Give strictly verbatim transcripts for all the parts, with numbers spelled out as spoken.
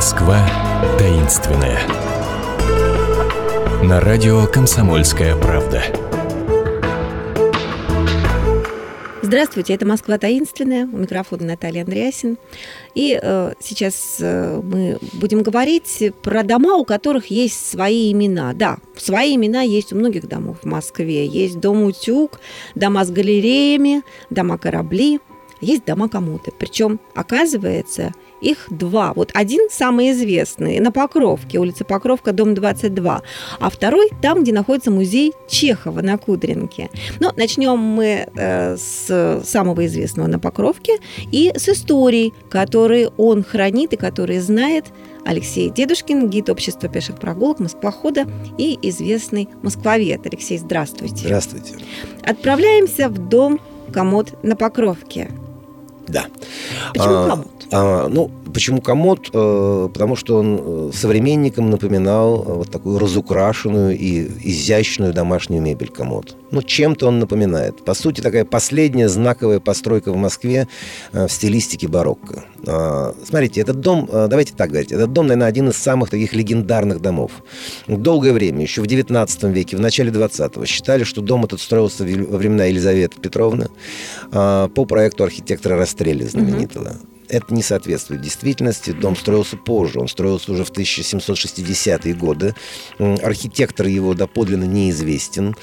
Москва таинственная. На радио «Комсомольская правда». Здравствуйте, это «Москва таинственная», у микрофона Наталья Андреасин. И э, сейчас э, мы будем говорить про дома, у которых есть свои имена. Да, свои имена есть у многих домов в Москве. Есть дом-утюг, дома с галереями, дома-корабли, есть дома-комоды. Причем, оказывается, их два. Вот один самый известный на Покровке, улица Покровка, дом двадцать два, а второй там, где находится музей Чехова на Кудринке. Но начнем мы э, с самого известного на Покровке и с историй, которые он хранит и которые знает Алексей Дедушкин, гид общества пеших прогулок Москвохода и известный москвовед. Алексей, здравствуйте. Здравствуйте. Отправляемся в дом-комод на Покровке. Да. Почему комод? А, ну, почему комод? А, потому что он современникам напоминал вот такую разукрашенную и изящную домашнюю мебель комод. Ну, чем-то он напоминает. По сути, такая последняя знаковая постройка в Москве а, в стилистике барокко. А, смотрите, этот дом, а, давайте так говорить, этот дом, наверное, один из самых таких легендарных домов. Долгое время, еще в девятнадцатом веке, в начале двадцатого, считали, что дом этот строился во времена Елизаветы Петровны а, по проекту архитектора Растрелли знаменитого. Uh-huh. Это не соответствует действительности. Дом строился позже. Он строился уже в тысяча семьсот шестидесятые годы. Архитектор его доподлинно неизвестен.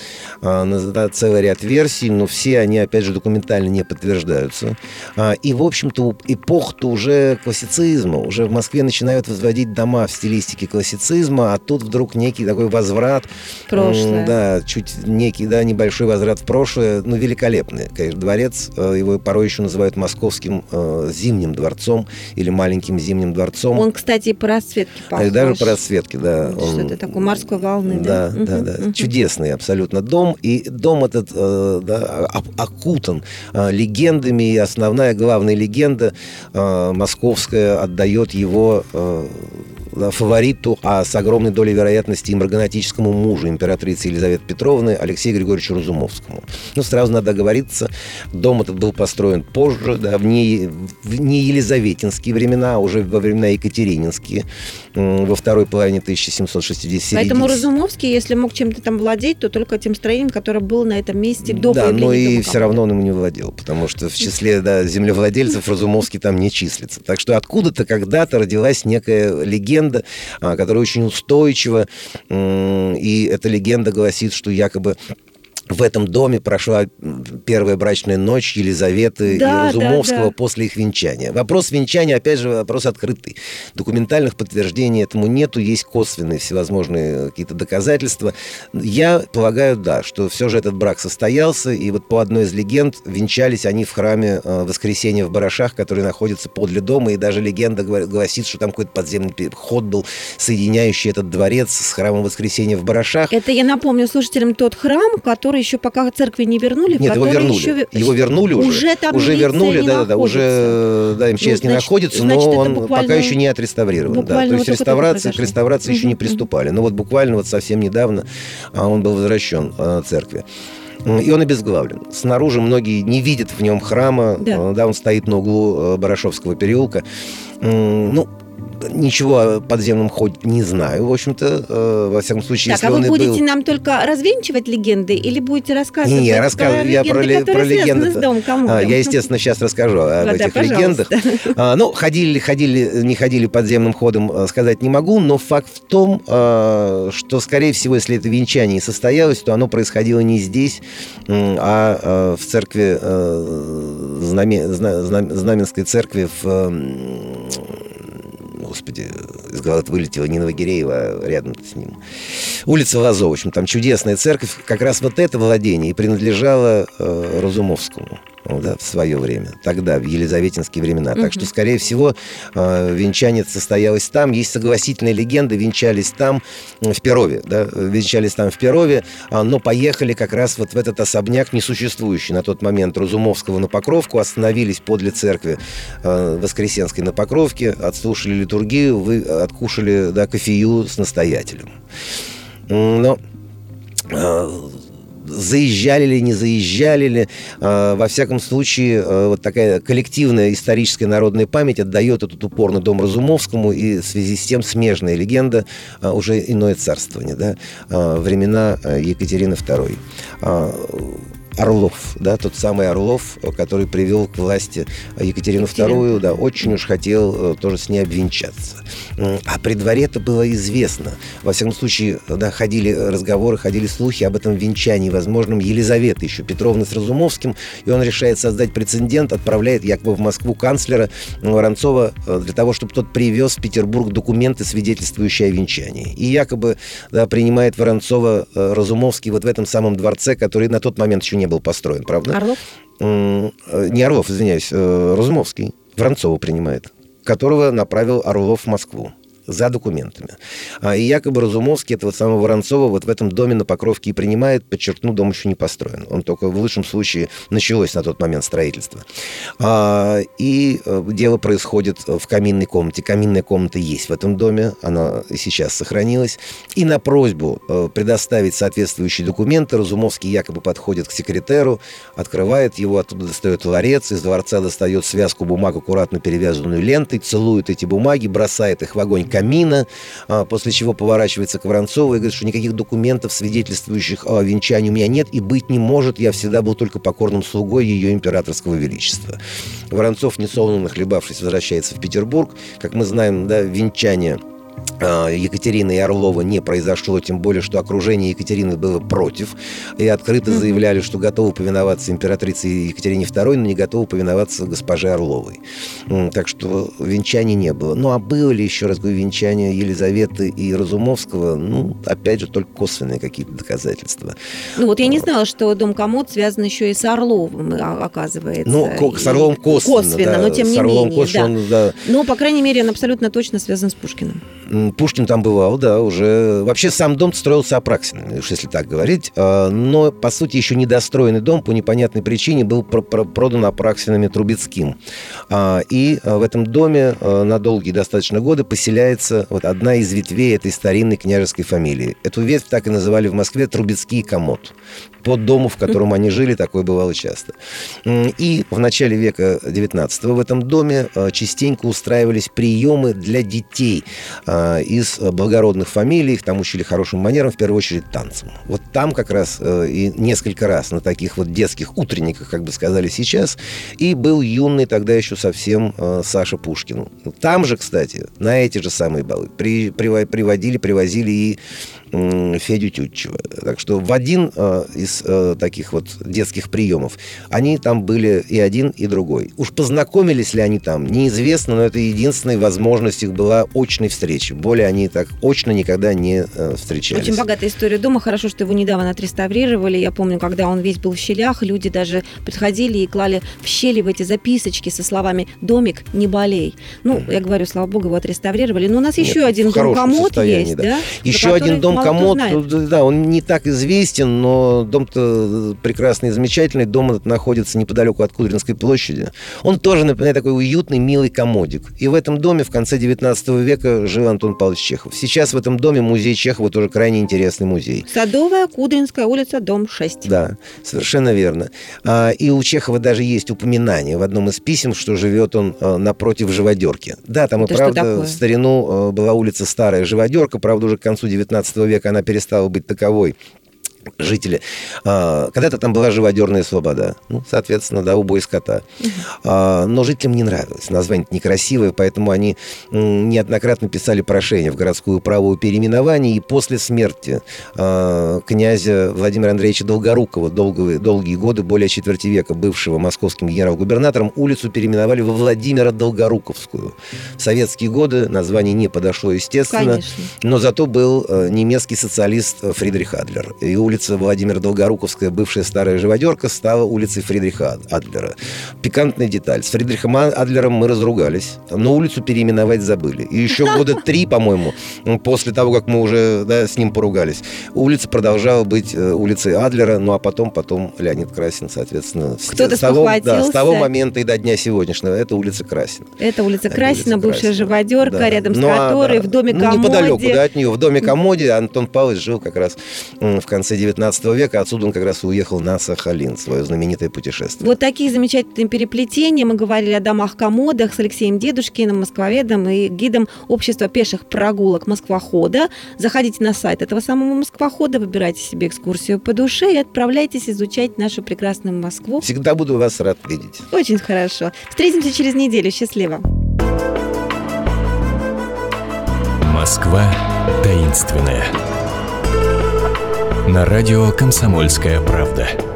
Целый ряд версий, но все они, опять же, документально не подтверждаются. И, в общем-то, эпоха-то уже классицизма. Уже в Москве начинают возводить дома в стилистике классицизма, а тут вдруг некий такой возврат. Прошлое. Да, чуть некий, да, небольшой возврат в прошлое. Ну, великолепный, конечно, дворец. Его порой еще называют московским зимним дворцом или маленьким зимним дворцом. Он, кстати, по расцветке похож. Даже по расцветке, да. Он... Что-то такое морской волны, да? Да, да, угу, да. Угу. Чудесный абсолютно дом. И дом этот э, да, окутан э, легендами. И основная, главная легенда э, московская отдает его э, фавориту, а с огромной долей вероятности и марганатическому мужу императрицы Елизаветы Петровны Алексею Григорьевичу Разумовскому. Ну, сразу надо оговориться, дом этот был построен позже, да, в не, в не елизаветинские времена, а уже во времена екатерининские, во второй половине тысяча семьсот шестидесятых. Поэтому Разумовский, если мог чем-то там владеть, то только тем строением, которое было на этом месте до да, появления но и дома все равно он ему не владел, потому что в числе да, землевладельцев Разумовский там не числится. Так что откуда-то когда-то родилась некая легенда, которая очень устойчива, и эта легенда гласит, что якобы в этом доме прошла первая брачная ночь Елизаветы да, и Разумовского да, да. после их венчания. Вопрос венчания, опять же, вопрос открытый. Документальных подтверждений этому нету, есть косвенные всевозможные какие-то доказательства. Я полагаю, да, что все же этот брак состоялся, и вот по одной из легенд венчались они в храме Воскресения в Барашах, который находится подле дома, и даже легенда гласит, что там какой-то подземный ход был, соединяющий этот дворец с храмом Воскресения в Барашах. Это, я напомню слушателям, тот храм, который еще пока церкви не вернули. Нет, его вернули. Еще... Его вернули уже. Уже там уже вернули, да, да, да, уже да, МЧС ну, значит, не находится, значит, но он буквально... пока еще не отреставрирован. Да. То есть вот реставрации, к реставрации uh-huh, еще не приступали. Uh-huh. Но вот буквально вот совсем недавно он был возвращен э, церкви. И он обезглавлен. Снаружи многие не видят в нем храма. Да, да он стоит на углу Барашовского переулка. Ну, ничего о подземном ходе не знаю, в общем-то, э, во всяком случае, так, если а он вы и будете был... нам только развенчивать легенды или будете рассказывать не, я рассказываю, я про, легенды, про легенды. А, я, естественно, сейчас расскажу об да, этих да, легендах. А, ну, ходили, ходили, не ходили подземным ходом, сказать не могу, но факт в том, что, скорее всего, если это венчание состоялось, то оно происходило не здесь, а в церкви, знаме, Знаменской церкви в... Господи, из головы вылетела не Новогиреева, а рядом с ним. Улица Лазо, в общем, там чудесная церковь. Как раз вот это владение и принадлежало э, Разумовскому. Да, в свое время, тогда, в елизаветинские времена. Так uh-huh. что, скорее всего, э, венчание состоялось там. Есть согласительные легенды, венчались там, в Перове, да, венчались там в Перове, э, но поехали как раз вот в этот особняк, несуществующий на тот момент, Разумовского на Покровку, остановились подле церкви э, Воскресенской на Покровке, отслушали литургию, вы, откушали да, кофею с настоятелем. Но... Э, заезжали ли, не заезжали ли. Во всяком случае, вот такая коллективная историческая народная память отдает этот упор на дом Разумовскому, и в связи с тем смежная легенда, уже иное царствование, да, времена Екатерины второй. Орлов, да, тот самый Орлов, который привел к власти Екатерину вторую, да, очень уж хотел тоже с ней обвенчаться. А при дворе это было известно. Во всяком случае, да, ходили разговоры, ходили слухи об этом венчании возможном Елизаветы еще Петровны с Разумовским, и он решает создать прецедент, отправляет якобы в Москву канцлера Воронцова для того, чтобы тот привез в Петербург документы, свидетельствующие о венчании. И якобы, да, принимает Воронцова Разумовский вот в этом самом дворце, который на тот момент еще не был построен, правда? Орлов? Не Орлов, извиняюсь, Разумовский. Воронцова принимает, которого направил Орлов в Москву за документами. И якобы Разумовский этого самого Воронцова вот в этом доме на Покровке и принимает, подчеркну, дом еще не построен. Он только в лучшем случае началось на тот момент строительство. И дело происходит в каминной комнате. Каминная комната есть в этом доме, она сейчас сохранилась. И на просьбу предоставить соответствующие документы Разумовский якобы подходит к секретеру, открывает его, оттуда достает ларец, из дворца достает связку бумаг, аккуратно перевязанную лентой, целует эти бумаги, бросает их в огонь камина, после чего поворачивается к Воронцову и говорит, что никаких документов, свидетельствующих о венчании, у меня нет и быть не может, я всегда был только покорным слугой ее императорского величества. Воронцов, несолоно нахлебавшись, возвращается в Петербург. Как мы знаем, да, венчание Екатерины и Орлова не произошло, тем более, что окружение Екатерины было против, и открыто заявляли, что готовы повиноваться императрице Екатерине второй, но не готовы повиноваться госпоже Орловой. Так что венчания не было. Ну, а было ли, еще раз говорю, венчание Елизаветы и Разумовского? Ну, опять же, только косвенные какие-то доказательства. Ну, вот я не знала, что дом Комод связан еще и с Орловым, оказывается. Ну, с Орловым косвенно, косвенно, да, но тем с не Орловым менее, косвенно, да. да. Но, по крайней мере, он абсолютно точно связан с Пушкиным. Пушкин там бывал, да, уже. Вообще сам дом строился Апраксиным, уж если так говорить. Но, по сути, еще недостроенный дом по непонятной причине был продан Апраксинами Трубецким. И в этом доме на долгие достаточно годы поселяется вот одна из ветвей этой старинной княжеской фамилии. Эту ветвь так и называли в Москве Трубецкий и Комод. По дому, в котором они жили, такое бывало часто. И в начале века девятнадцатого в этом доме частенько устраивались приемы для детей из благородных фамилий. Их там учили хорошим манерам, в первую очередь танцам. Вот там как раз и несколько раз на таких вот детских утренниках, как бы сказали сейчас, и был юный тогда еще совсем Саша Пушкин. Там же, кстати, на эти же самые балы при, при, приводили, привозили и Федю Тютчева. Так что в один э, из э, таких вот детских приемов они там были и один, и другой. Уж познакомились ли они там, неизвестно, но это единственная возможность их была очной встречи. Более они так очно никогда не э, встречались. Очень богатая история дома. Хорошо, что его недавно отреставрировали. Я помню, когда он весь был в щелях, люди даже подходили и клали в щели в эти записочки со словами «Домик, не болей». Ну, я говорю, слава богу, его отреставрировали. Но у нас еще Нет, один дом Комод есть, да? Еще один дом Комод, да, он не так известен, но дом-то прекрасный и замечательный. Дом этот находится неподалеку от Кудринской площади. Он тоже напоминает такой уютный, милый комодик. И в этом доме в конце девятнадцатого века жил Антон Павлович Чехов. Сейчас в этом доме музей Чехова, тоже крайне интересный музей. Садовая, Кудринская улица, дом шесть. Да, совершенно верно. И у Чехова даже есть упоминание в одном из писем, что живет он напротив Живодерки. Да, там Это и правда в старину была улица Старая Живодерка, правда уже к концу девятнадцатого века она перестала быть таковой. Жители. Когда-то там была живодерная слобода. Ну, соответственно, да, убой скота. Uh-huh. Но жителям не нравилось. Название некрасивое, поэтому они неоднократно писали прошение в городскую управу о переименовании. И после смерти князя Владимира Андреевича Долгорукова, долгие, долгие годы, более четверти века, бывшего московским генерал-губернатором, улицу переименовали во Владимира Долгоруковскую. В советские годы название не подошло, естественно. Конечно. Но зато был немецкий социалист Фридрих Адлер. И улица Владимира Долгоруковская, бывшая Старая Живодерка, стала улицей Фридриха Адлера. Пикантная деталь. С Фридрихом Адлером мы разругались, но улицу переименовать забыли. И еще года три, по-моему, после того, как мы уже да, с ним поругались, улица продолжала быть улицей Адлера, ну а потом, потом Леонид Красин, соответственно. Кто-то с того, спохватился. Да, с того момента и до дня сегодняшнего это улица Красина. Это улица это Красина, улица бывшая Красина. Живодерка, Да. рядом с ну, которой а, да. в доме ну, Комоде. неподалеку, да, от нее. В доме Комоде Антон Павлович жил как раз в конце девятнадцатого века. Отсюда он как раз и уехал на Сахалин, свое знаменитое путешествие. Вот такие замечательные переплетения. Мы говорили о домах-комодах с Алексеем Дедушкиным, москвоведом и гидом общества пеших прогулок «Москвохода». Заходите на сайт этого самого «Москвохода», выбирайте себе экскурсию по душе и отправляйтесь изучать нашу прекрасную Москву. Всегда буду вас рад видеть. Очень хорошо. Встретимся через неделю. Счастливо. Москва таинственная. На радио «Комсомольская правда».